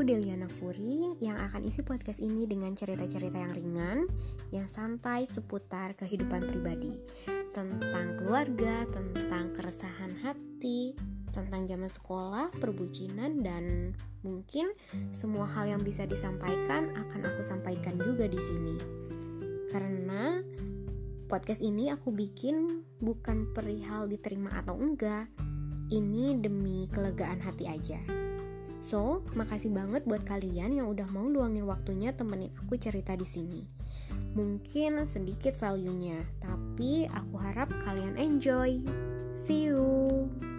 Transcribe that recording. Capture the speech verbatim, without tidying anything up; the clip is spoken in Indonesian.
Deliana Furi yang akan isi podcast ini dengan cerita-cerita yang ringan, yang santai seputar kehidupan pribadi, tentang keluarga, tentang keresahan hati, tentang zaman sekolah, perbucinan, dan mungkin semua hal yang bisa disampaikan akan aku sampaikan juga di sini. Karena podcast ini aku bikin bukan perihal diterima atau enggak, ini demi kelegaan hati aja. So, makasih banget buat kalian yang udah mau luangin waktunya temenin aku cerita di sini. Mungkin sedikit value-nya, tapi aku harap kalian enjoy. See you.